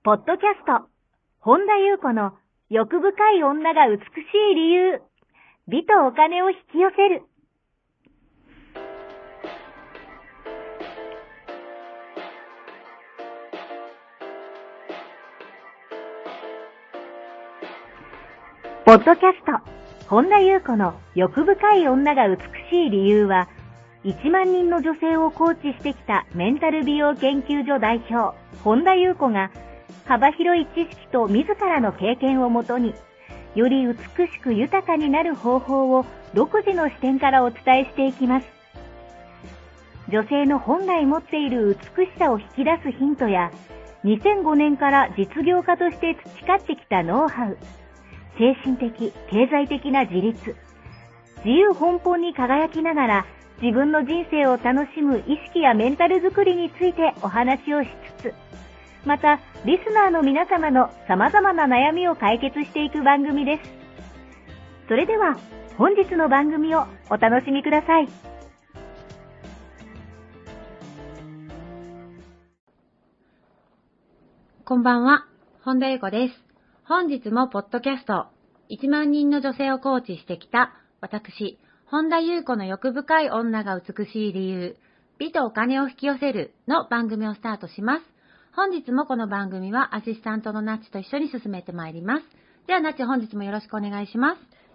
ポッドキャスト、本田裕子の欲深い女が美しい理由、美とお金を引き寄せる。ポッドキャスト、本田裕子の欲深い女が美しい理由は、1万人の女性をコーチしてきたメンタル美容研究所代表、本田裕子が、幅広い知識と自らの経験をもとに、より美しく豊かになる方法を独自の視点からお伝えしていきます。女性の本来持っている美しさを引き出すヒントや、2005年から実業家として培ってきたノウハウ、精神的、経済的な自立、自由奔放に輝きながら自分の人生を楽しむ意識やメンタルづくりについてお話をしつつ、またリスナーの皆様の様々な悩みを解決していく番組です。それでは本日の番組をお楽しみください。 こんばんは、本田裕子です。本日もポッドキャスト、1万人の女性をコーチしてきた私、本田裕子の欲深い女が美しい理由、美とお金を引き寄せるの番組をスタートします。本日もこの番組はアシスタントのナッチと一緒に進めてまいります。ではナッチ、本日もよろしくお願いします。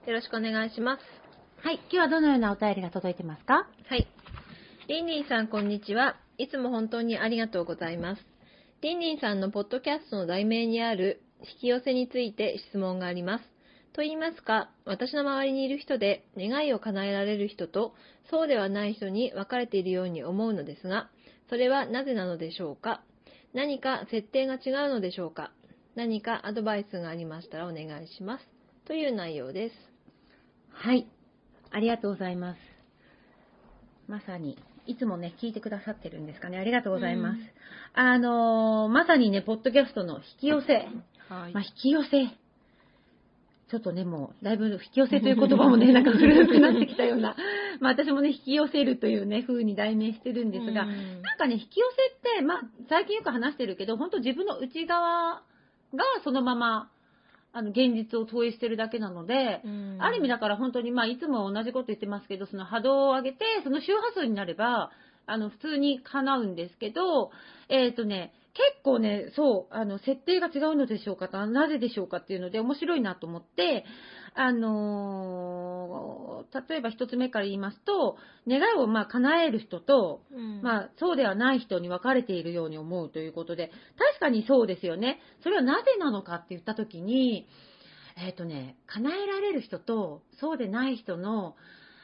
よろしくお願いします。 はい、今日はどのようなお便りが届いてますか？ はい。リンリンさん、こんにちは。いつも本当にありがとうございます。リンリンさんのポッドキャストの題名にある引き寄せについて質問があります。と言いますか、私の周りにいる人で願いを叶えられる人とそうではない人に分かれているように思うのですが、それはなぜなのでしょうか？何か設定が違うのでしょうか？何かアドバイスがありましたらお願いします。という内容です。 はい、ありがとうございます。まさにいつもね聞いてくださってるんですかね。ありがとうございます。まさにねポッドキャストの引き寄せ、引き寄せ、ちょっとねもうだいぶ引き寄せという言葉もねなんか古くなってきたような私もね引き寄せるというね風に題名してるんですが、なんかね引き寄せって最近よく話してるけど、本当自分の内側がそのまま現実を投影してるだけなので、ある意味だから本当にいつも同じこと言ってますけど、その波動を上げてその周波数になれば普通に叶うんですけど、結構ねそう設定が違うのでしょうか、なぜでしょうかっていうので面白いなと思って、例えば一つ目から言いますと、願いを叶える人と、そうではない人に分かれているように思うということで、確かにそうですよね。それはなぜなのかって言ったときに、叶えられる人とそうでない人の、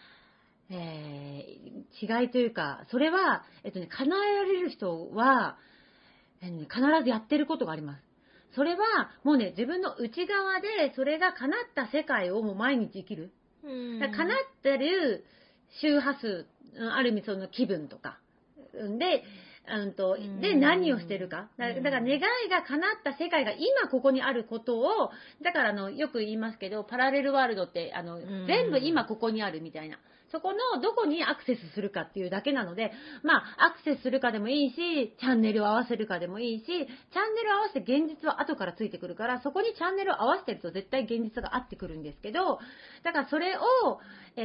違いというか、それは、叶えられる人は、必ずやってることがあります。それはもうね、自分の内側でそれが叶った世界をもう毎日生きる。だから叶ってる周波数、ある意味その気分とかで、で何をしてるか。だから願いが叶った世界が今ここにあることを、だからよく言いますけど、パラレルワールドって全部今ここにあるみたいな。そこのどこにアクセスするかっていうだけなので、アクセスするかでもいいし、チャンネルを合わせるかでもいいし、チャンネルを合わせて現実は後からついてくるから、そこにチャンネルを合わせてると絶対現実が合ってくるんですけど、だからそれを、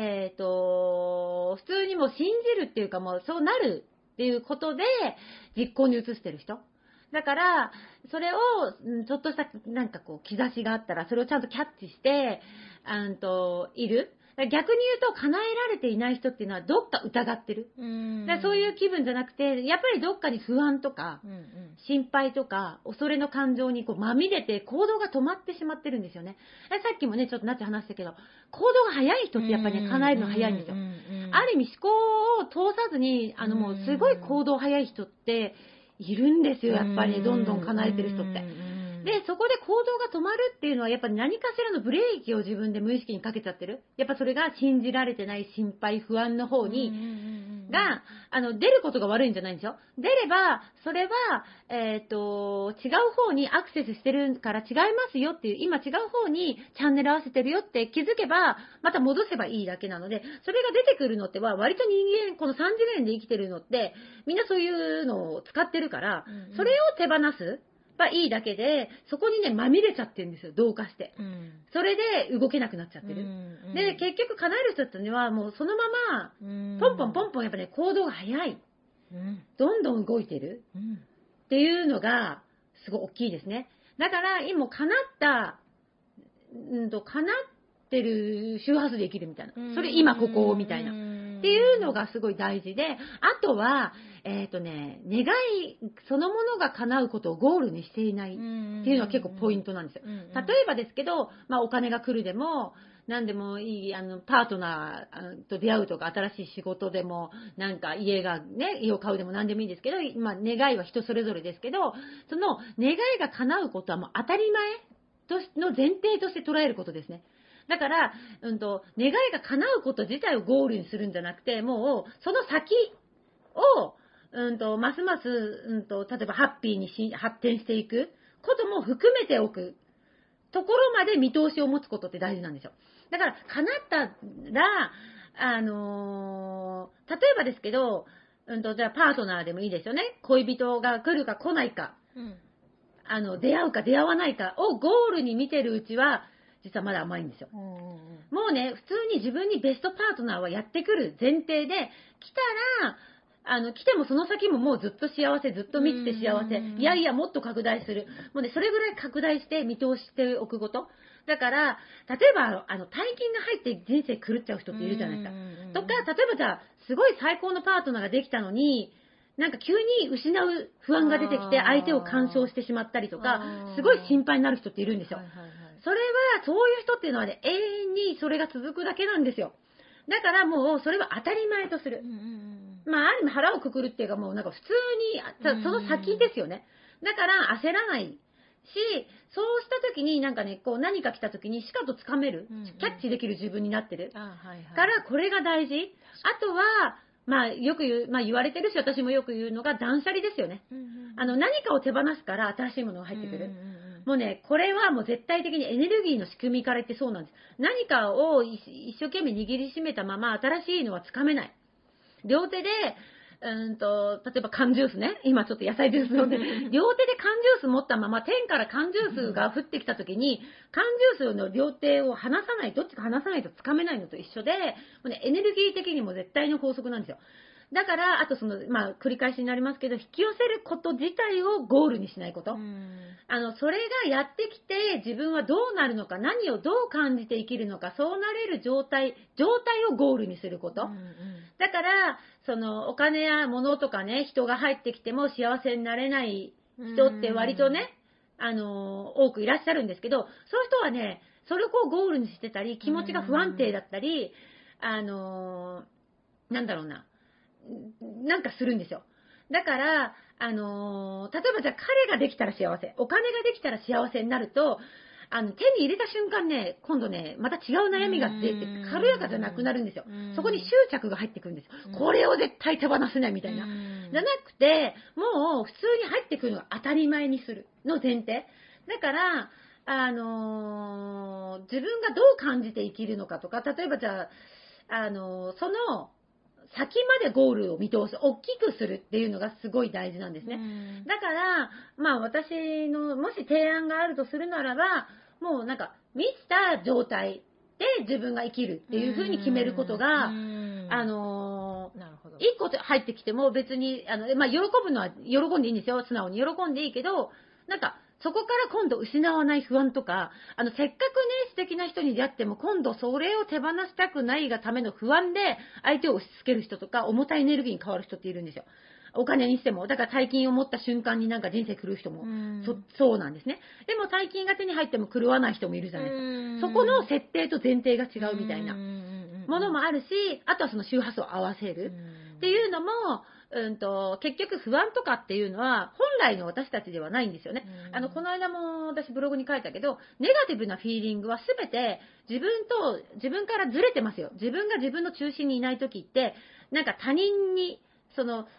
普通にもう信じるっていうか、もうそうなるっていうことで実行に移してる人。だから、それを、ちょっとした兆しがあったら、それをちゃんとキャッチして、いる。逆に言うと、叶えられていない人っていうのはどっか疑ってる。だからそういう気分じゃなくて、やっぱりどっかに不安とか、心配とか、恐れの感情にまみれて行動が止まってしまってるんですよね。さっきもね、ちょっとなっちゃ話したけど、行動が早い人ってやっぱりね、叶えるの早いんですよ。ある意味思考を通さずに、もうすごい行動早い人っているんですよ、やっぱり。どんどん叶えてる人って。で、そこで行動が止まるっていうのは、やっぱり何かしらのブレーキを自分で無意識にかけちゃってる。やっぱそれが信じられてない心配、不安の方に、出ることが悪いんじゃないんですよ。出れば、それは、違う方にアクセスしてるから違いますよっていう、今違う方にチャンネル合わせてるよって気づけば、また戻せばいいだけなので、それが出てくるのっては、割と人間、この3次元で生きてるのって、みんなそういうのを使ってるから、それを手放す。 ばいいだけで、そこにね、まみれちゃってるんですよ、同化して。それで動けなくなっちゃってる。で、結局叶える人ってのは、もうそのまま、ポンポンポンポンやっぱね、行動が早い。どんどん動いてる。っていうのが、すごい大きいですね。だから、今、叶ってる周波数で生きるみたいな。それ今ここみたいな。っていうのがすごい大事で、あとは、願いそのものが叶うことをゴールにしていないっていうのは結構ポイントなんですよ。例えばですけど、お金が来るでも、何でもいい、パートナーと出会うとか、新しい仕事でも、なんか家を買うでも何でもいいですけど、願いは人それぞれですけど、その願いが叶うことはもう当たり前の前提として捉えることですね。だから、願いが叶うこと自体をゴールにするんじゃなくて、もう、その先を、ますます、例えばハッピーに発展していくことも含めておくところまで見通しを持つことって大事なんですよ。だから、叶ったら、例えばですけど、じゃあパートナーでもいいですよね。恋人が来るか来ないか、出会うか出会わないかをゴールに見てるうちは、実はまだ甘いんですよ。もうね、普通に自分にベストパートナーはやってくる前提で、来たら、来てもその先ももうずっと幸せ、ずっと満ちて幸せ。いやいや、もっと拡大する。もうね、それぐらい拡大して見通しておくこと。だから、例えば、大金が入って人生狂っちゃう人っているじゃないですか。とか、例えばじゃあ、すごい最高のパートナーができたのに、なんか急に失う不安が出てきて、相手を干渉してしまったりとか、すごい心配になる人っているんですよ。それは、そういう人っていうのはね、永遠にそれが続くだけなんですよ。だからもう、それは当たり前とする。ある意味腹をくくるっていうか、もうなんか普通に、その先ですよね。だから焦らないし、そうした時になんかね、こう何か来た時にしかとつかめる、キャッチできる自分になってる。からこれが大事。あとは、よく言う、言われてるし、私もよく言うのが断捨離ですよね。何かを手放すから新しいものが入ってくる。もうね、これはもう絶対的にエネルギーの仕組みから言ってそうなんです。何かを一生懸命握りしめたまま新しいのはつかめない。両手で、例えば缶ジュースね。今ちょっと野菜ジュース飲んで、両手で缶ジュース持ったまま、天から缶ジュースが降ってきた時に、缶ジュースの両手を離さない、どっちか離さないとつかめないのと一緒で、もうね、エネルギー的にも絶対の法則なんですよ。だから、あと繰り返しになりますけど、引き寄せること自体をゴールにしないこと。それがやってきて、自分はどうなるのか、何をどう感じて生きるのか、そうなれる状態をゴールにすること。だから、お金や物とかね、人が入ってきても幸せになれない人って割とね、多くいらっしゃるんですけど、そういう人はね、それをゴールにしてたり、気持ちが不安定だったり、なんだろうな、なんかするんですよ。だから、例えばじゃあ彼ができたら幸せ、お金ができたら幸せになると、手に入れた瞬間ね、今度ね、また違う悩みが出て、軽やかじゃなくなるんですよ。そこに執着が入ってくるんです。これを絶対手放せないみたいな。じゃなくて、もう普通に入ってくるのが当たり前にするの前提。だから、自分がどう感じて生きるのかとか、例えばじゃあ、その、先までゴールを見通す、大きくするっていうのがすごい大事なんですね。だから、私の、もし提案があるとするならば、もうなんか、満ちた状態で自分が生きるっていう風に決めることが、一個入ってきても別に、喜ぶのは喜んでいいんですよ。素直に喜んでいいけど、なんか、そこから今度失わない不安とか、せっかくね、素敵な人に出会っても、今度それを手放したくないがための不安で、相手を押し付ける人とか、重たいエネルギーに変わる人っているんですよ。お金にしても。だから大金を持った瞬間になんか人生狂う人も、そうなんですね。でも大金が手に入っても狂わない人もいるじゃないですか。そこの設定と前提が違うみたいなものもあるし、あとはその周波数を合わせるっていうのも、結局不安とかっていうのは本来の私たちではないんですよね。この間も私ブログに書いたけど、ネガティブなフィーリングは全て自分からずれてますよ。自分が自分の中心にいない時って、なんか他人に、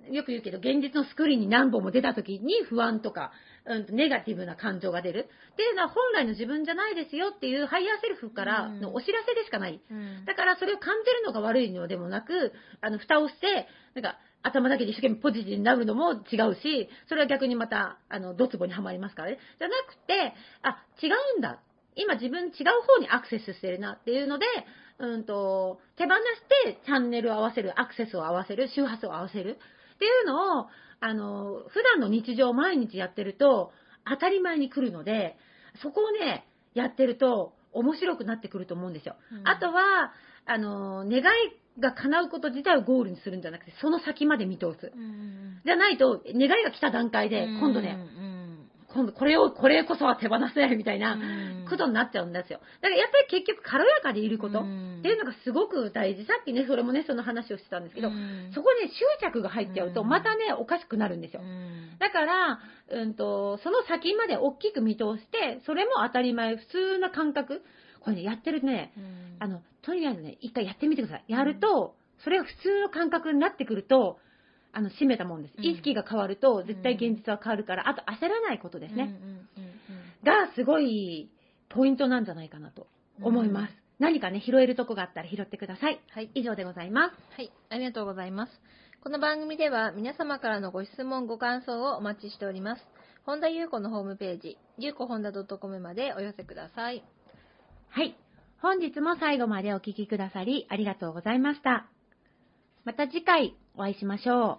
よく言うけど、現実のスクリーンに何本も出た時に不安とか、ネガティブな感情が出るっていうのは本来の自分じゃないですよっていうハイヤーセルフからのお知らせでしかない。だからそれを感じるのが悪いのでもなく、蓋をして、なんか頭だけで一生懸命ポジティブになるのも違うし、それは逆にまた、ドツボにはまりますからね。じゃなくて、違うんだ。今自分違う方にアクセスしてるなっていうので、手放してチャンネルを合わせる、アクセスを合わせる、周波数を合わせるっていうのを、普段の日常毎日やってると当たり前に来るので、そこをね、やってると面白くなってくると思うんですよ。あとは、願いが叶うこと自体をゴールにするんじゃなくて、その先まで見通す。じゃないと、願いが来た段階で、今度これこそは手放せないみたいなことになっちゃうんですよ。だからやっぱり結局軽やかでいることっていうのがすごく大事。さっきね、それもね、その話をしてたんですけど、そこに執着が入っちゃうと、またね、おかしくなるんですよ。だから、その先まで大きく見通して、それも当たり前、普通な感覚。これね、やってるね、とりあえずね、一回やってみてください。やると、それが普通の感覚になってくると、締めたもんです。意識が変わると、絶対現実は変わるから、あと焦らないことですね。が、すごいポイントなんじゃないかなと思います。何かね、拾えるとこがあったら拾ってください。はい、以上でございます。 はい、ありがとうございます。この番組では皆様からのご質問、ご感想をお待ちしております。本田裕子のホームページ、ゆうこほんだ .com までお寄せください。 はい、本日も最後までお聞きくださりありがとうございました。また次回お会いしましょう。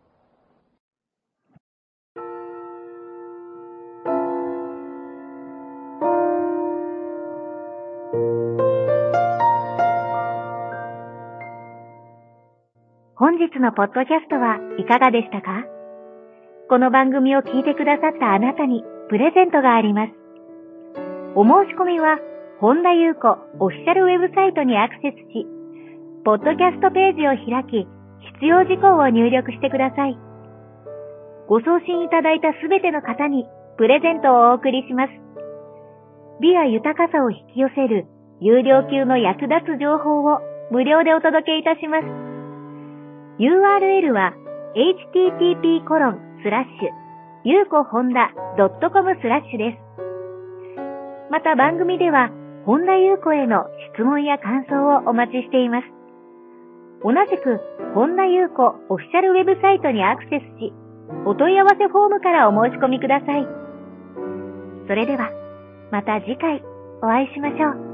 本日のポッドキャストはいかがでしたか？この番組を聞いてくださったあなたにプレゼントがあります。お申し込みは、本田裕子オフィシャルウェブサイトにアクセスし、ポッドキャストページを開き、必要事項を入力してください。ご送信いただいたすべての方にプレゼントをお送りします。美や豊かさを引き寄せる有料級の役立つ情報を無料でお届けいたします。URL は http://yukohonda.com/ です。また番組では本田裕子への質問や感想をお待ちしています。同じく本田裕子オフィシャルウェブサイトにアクセスし、お問い合わせフォームからお申し込みください。それではまた次回お会いしましょう。